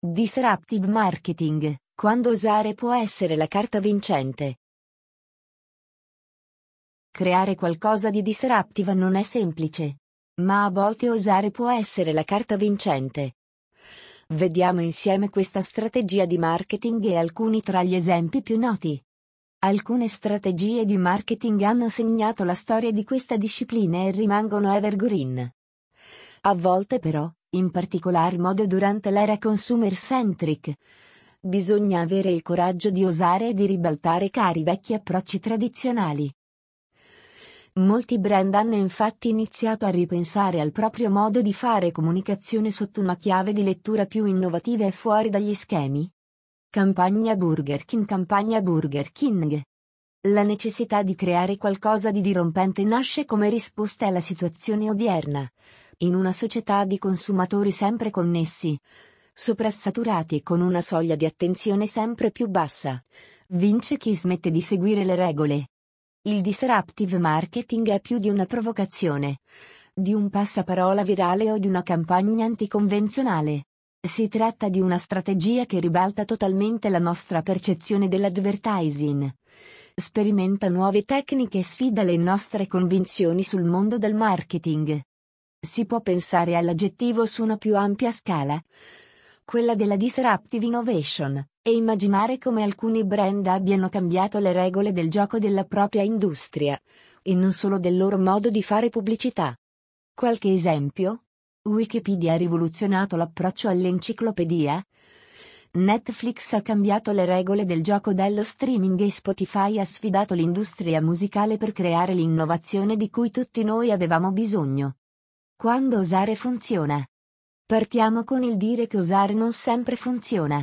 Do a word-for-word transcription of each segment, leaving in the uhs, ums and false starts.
Disruptive marketing, quando osare può essere la carta vincente. Creare qualcosa di disruptive non è semplice, ma a volte osare può essere la carta vincente. Vediamo insieme questa strategia di marketing e alcuni tra gli esempi più noti. Alcune strategie di marketing hanno segnato la storia di questa disciplina e rimangono evergreen. A volte però, in particolar modo durante l'era consumer-centric, bisogna avere il coraggio di osare e di ribaltare cari vecchi approcci tradizionali. Molti brand hanno infatti iniziato a ripensare al proprio modo di fare comunicazione sotto una chiave di lettura più innovativa e fuori dagli schemi. Campagna Burger King Campagna Burger King. La necessità di creare qualcosa di dirompente nasce come risposta alla situazione odierna. In una società di consumatori sempre connessi, soprassaturati e con una soglia di attenzione sempre più bassa, vince chi smette di seguire le regole. Il disruptive marketing è più di una provocazione, di un passaparola virale o di una campagna anticonvenzionale. Si tratta di una strategia che ribalta totalmente la nostra percezione dell'advertising. Sperimenta nuove tecniche e sfida le nostre convinzioni sul mondo del marketing. Si può pensare all'aggettivo su una più ampia scala, quella della disruptive innovation, e immaginare come alcuni brand abbiano cambiato le regole del gioco della propria industria, e non solo del loro modo di fare pubblicità. Qualche esempio? Wikipedia ha rivoluzionato l'approccio all'enciclopedia. Netflix ha cambiato le regole del gioco dello streaming e Spotify ha sfidato l'industria musicale per creare l'innovazione di cui tutti noi avevamo bisogno. Quando osare funziona? Partiamo con il dire che osare non sempre funziona.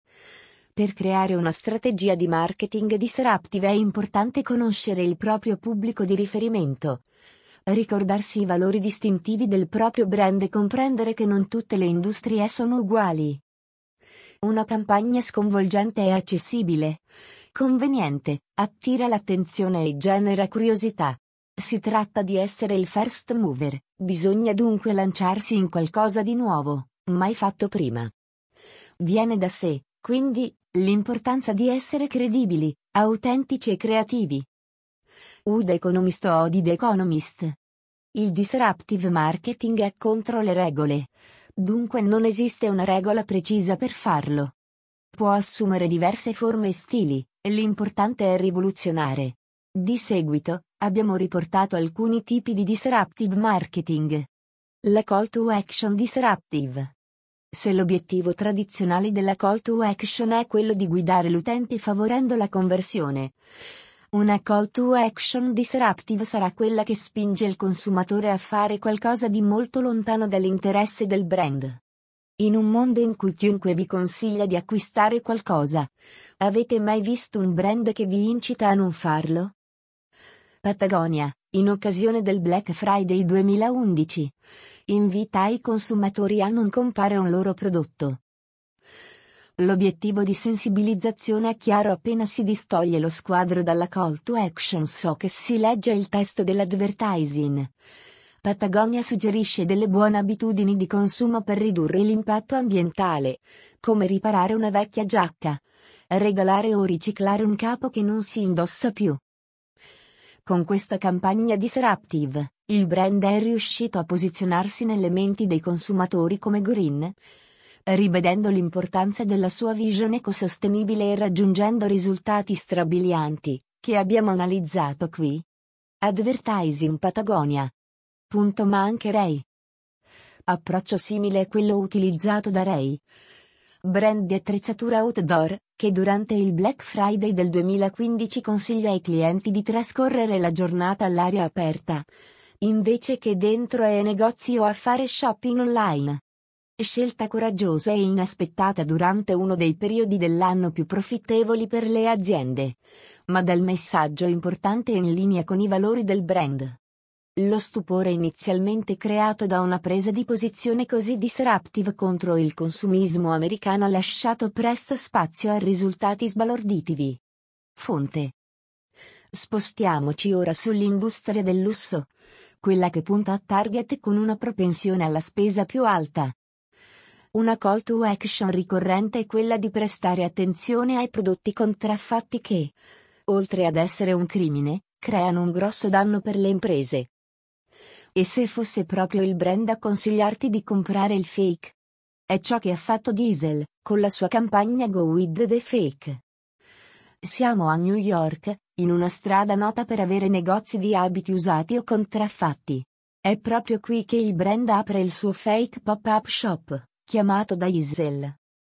Per creare una strategia di marketing disruptive è importante conoscere il proprio pubblico di riferimento, ricordarsi i valori distintivi del proprio brand e comprendere che non tutte le industrie sono uguali. Una campagna sconvolgente è accessibile, conveniente, attira l'attenzione e genera curiosità. Si tratta di essere il first mover, bisogna dunque lanciarsi in qualcosa di nuovo, mai fatto prima. Viene da sé, quindi, l'importanza di essere credibili, autentici e creativi. U The Economist o di The Economist. Il disruptive marketing è contro le regole. Dunque non esiste una regola precisa per farlo. Può assumere diverse forme e stili, l'importante è rivoluzionare. Di seguito, abbiamo riportato alcuni tipi di disruptive marketing. La call to action disruptive. Se l'obiettivo tradizionale della call to action è quello di guidare l'utente favorendo la conversione, una call to action disruptive sarà quella che spinge il consumatore a fare qualcosa di molto lontano dall'interesse del brand. In un mondo in cui chiunque vi consiglia di acquistare qualcosa, avete mai visto un brand che vi incita a non farlo? Patagonia, in occasione del Black Friday duemilaundici, invita i consumatori a non comprare un loro prodotto. L'obiettivo di sensibilizzazione è chiaro appena si distoglie lo squadro dalla call to action, so che si legge il testo dell'advertising. Patagonia suggerisce delle buone abitudini di consumo per ridurre l'impatto ambientale, come riparare una vecchia giacca, regalare o riciclare un capo che non si indossa più. Con questa campagna disruptive, il brand è riuscito a posizionarsi nelle menti dei consumatori come green, rivedendo l'importanza della sua vision ecosostenibile e raggiungendo risultati strabilianti, che abbiamo analizzato qui. Advertising Patagonia. Punto ma anche Ray. Approccio simile a quello utilizzato da Ray, brand di attrezzatura outdoor, che durante il Black Friday del duemilaquindici consiglia ai clienti di trascorrere la giornata all'aria aperta, invece che dentro ai negozi o a fare shopping online. Scelta coraggiosa e inaspettata durante uno dei periodi dell'anno più profittevoli per le aziende, ma dal messaggio importante e in linea con i valori del brand. Lo stupore inizialmente creato da una presa di posizione così disruptive contro il consumismo americano ha lasciato presto spazio a risultati sbalorditivi. Fonte. Spostiamoci ora sull'industria del lusso, quella che punta a target con una propensione alla spesa più alta. Una call to action ricorrente è quella di prestare attenzione ai prodotti contraffatti che, oltre ad essere un crimine, creano un grosso danno per le imprese. E se fosse proprio il brand a consigliarti di comprare il fake? È ciò che ha fatto Diesel, con la sua campagna Go With The Fake. Siamo a New York, in una strada nota per avere negozi di abiti usati o contraffatti. È proprio qui che il brand apre il suo fake pop-up shop, chiamato Diesel.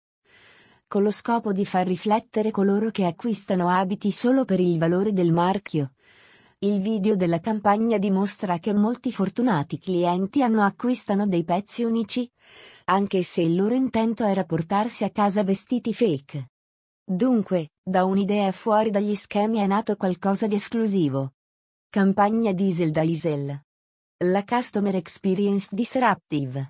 Con lo scopo di far riflettere coloro che acquistano abiti solo per il valore del marchio. Il video della campagna dimostra che molti fortunati clienti hanno acquistano dei pezzi unici, anche se il loro intento era portarsi a casa vestiti fake. Dunque, da un'idea fuori dagli schemi è nato qualcosa di esclusivo. Campagna Diesel Diesel. La Customer Experience Disruptive.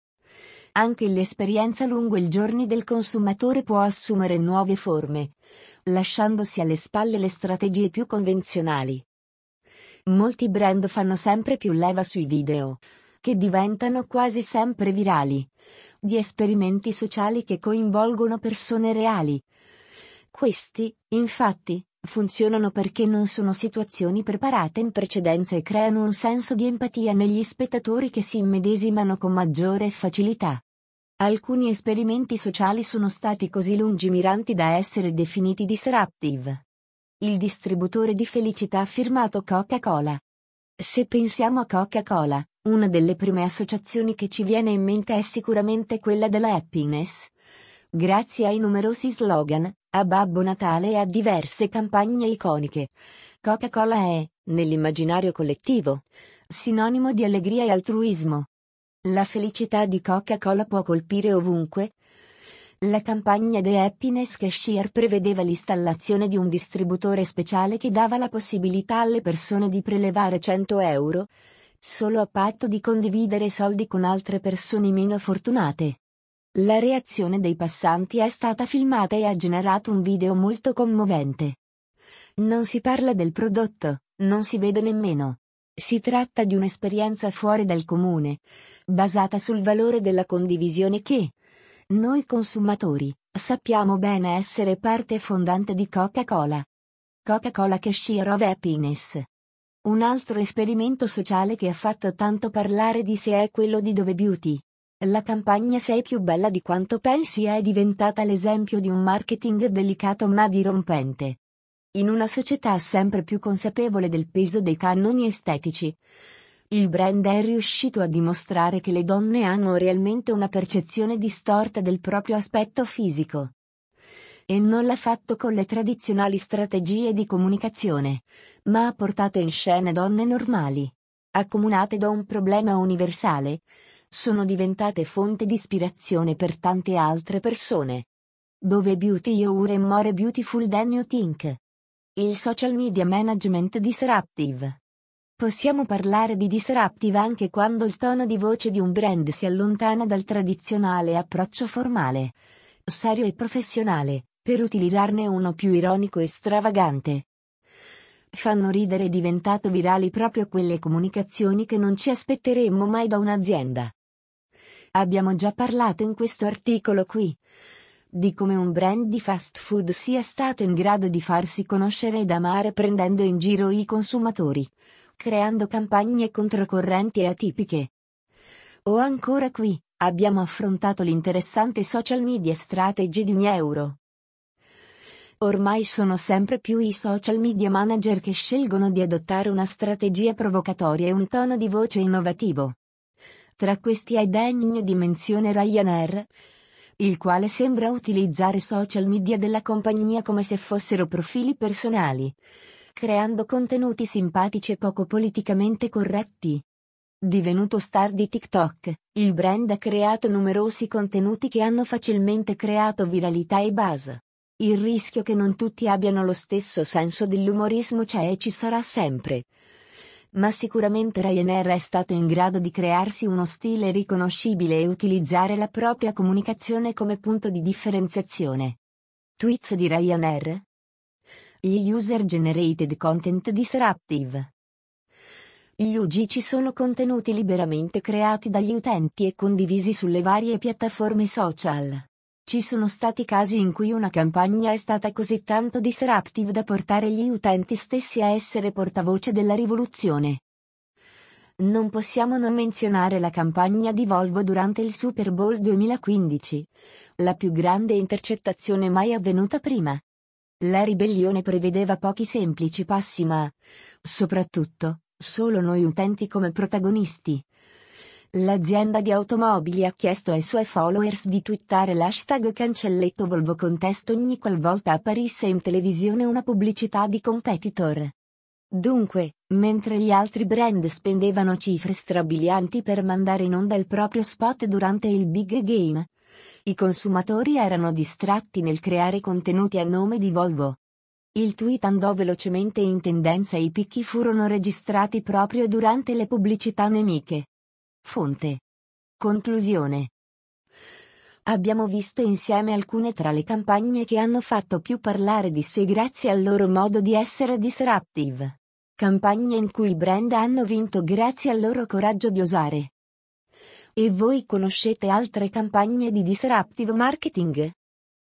Anche l'esperienza lungo i giorni del consumatore può assumere nuove forme, lasciandosi alle spalle le strategie più convenzionali. Molti brand fanno sempre più leva sui video, che diventano quasi sempre virali, di esperimenti sociali che coinvolgono persone reali. Questi, infatti, funzionano perché non sono situazioni preparate in precedenza e creano un senso di empatia negli spettatori che si immedesimano con maggiore facilità. Alcuni esperimenti sociali sono stati così lungimiranti da essere definiti disruptive. Il distributore di felicità firmato Coca-Cola. Se pensiamo a Coca-Cola, una delle prime associazioni che ci viene in mente è sicuramente quella della happiness. Grazie ai numerosi slogan, a Babbo Natale e a diverse campagne iconiche, Coca-Cola è, nell'immaginario collettivo, sinonimo di allegria e altruismo. La felicità di Coca-Cola può colpire ovunque. La campagna The Happiness Cashier prevedeva l'installazione di un distributore speciale che dava la possibilità alle persone di prelevare cento euro, solo a patto di condividere soldi con altre persone meno fortunate. La reazione dei passanti è stata filmata e ha generato un video molto commovente. Non si parla del prodotto, non si vede nemmeno. Si tratta di un'esperienza fuori dal comune, basata sul valore della condivisione che, noi consumatori, sappiamo bene essere parte fondante di Coca-Cola. Coca-Cola Cashier of Happiness. Un altro esperimento sociale che ha fatto tanto parlare di sé è quello di Dove Beauty. La campagna Sei più bella di quanto pensi è diventata l'esempio di un marketing delicato ma dirompente. In una società sempre più consapevole del peso dei canoni estetici, il brand è riuscito a dimostrare che le donne hanno realmente una percezione distorta del proprio aspetto fisico. E non l'ha fatto con le tradizionali strategie di comunicazione, ma ha portato in scena donne normali, accomunate da un problema universale, sono diventate fonte di ispirazione per tante altre persone. Dove Beauty You're More Beautiful Than You Think. Il social media management disruptive. Possiamo parlare di disruptive anche quando il tono di voce di un brand si allontana dal tradizionale approccio formale, serio e professionale, per utilizzarne uno più ironico e stravagante. Fanno ridere e diventato virali proprio quelle comunicazioni che non ci aspetteremmo mai da un'azienda. Abbiamo già parlato in questo articolo qui di come un brand di fast food sia stato in grado di farsi conoscere ed amare prendendo in giro i consumatori, creando campagne controcorrenti e atipiche. O ancora qui, abbiamo affrontato l'interessante social media strategy di un euro. Ormai sono sempre più i social media manager che scelgono di adottare una strategia provocatoria e un tono di voce innovativo. Tra questi è degno di menzione Ryanair, il quale sembra utilizzare social media della compagnia come se fossero profili personali, creando contenuti simpatici e poco politicamente corretti. Divenuto star di TikTok, il brand ha creato numerosi contenuti che hanno facilmente creato viralità e buzz. Il rischio che non tutti abbiano lo stesso senso dell'umorismo c'è e ci sarà sempre. Ma sicuramente Ryanair è stato in grado di crearsi uno stile riconoscibile e utilizzare la propria comunicazione come punto di differenziazione. Tweets di Ryanair? Gli user generated content disruptive. Gli U G C sono contenuti liberamente creati dagli utenti e condivisi sulle varie piattaforme social. Ci sono stati casi in cui una campagna è stata così tanto disruptive da portare gli utenti stessi a essere portavoce della rivoluzione. Non possiamo non menzionare la campagna di Volvo durante il Super Bowl duemilaquindici, la più grande intercettazione mai avvenuta prima. La ribellione prevedeva pochi semplici passi ma, soprattutto, solo noi utenti come protagonisti. L'azienda di automobili ha chiesto ai suoi followers di twittare l'hashtag cancelletto Volvo Contest ogni qualvolta apparisse in televisione una pubblicità di competitor. Dunque, mentre gli altri brand spendevano cifre strabilianti per mandare in onda il proprio spot durante il big game, i consumatori erano distratti nel creare contenuti a nome di Volvo. Il tweet andò velocemente in tendenza e i picchi furono registrati proprio durante le pubblicità nemiche. Fonte. Conclusione. Abbiamo visto insieme alcune tra le campagne che hanno fatto più parlare di sé grazie al loro modo di essere disruptive. Campagne in cui i brand hanno vinto grazie al loro coraggio di osare. E voi conoscete altre campagne di disruptive marketing?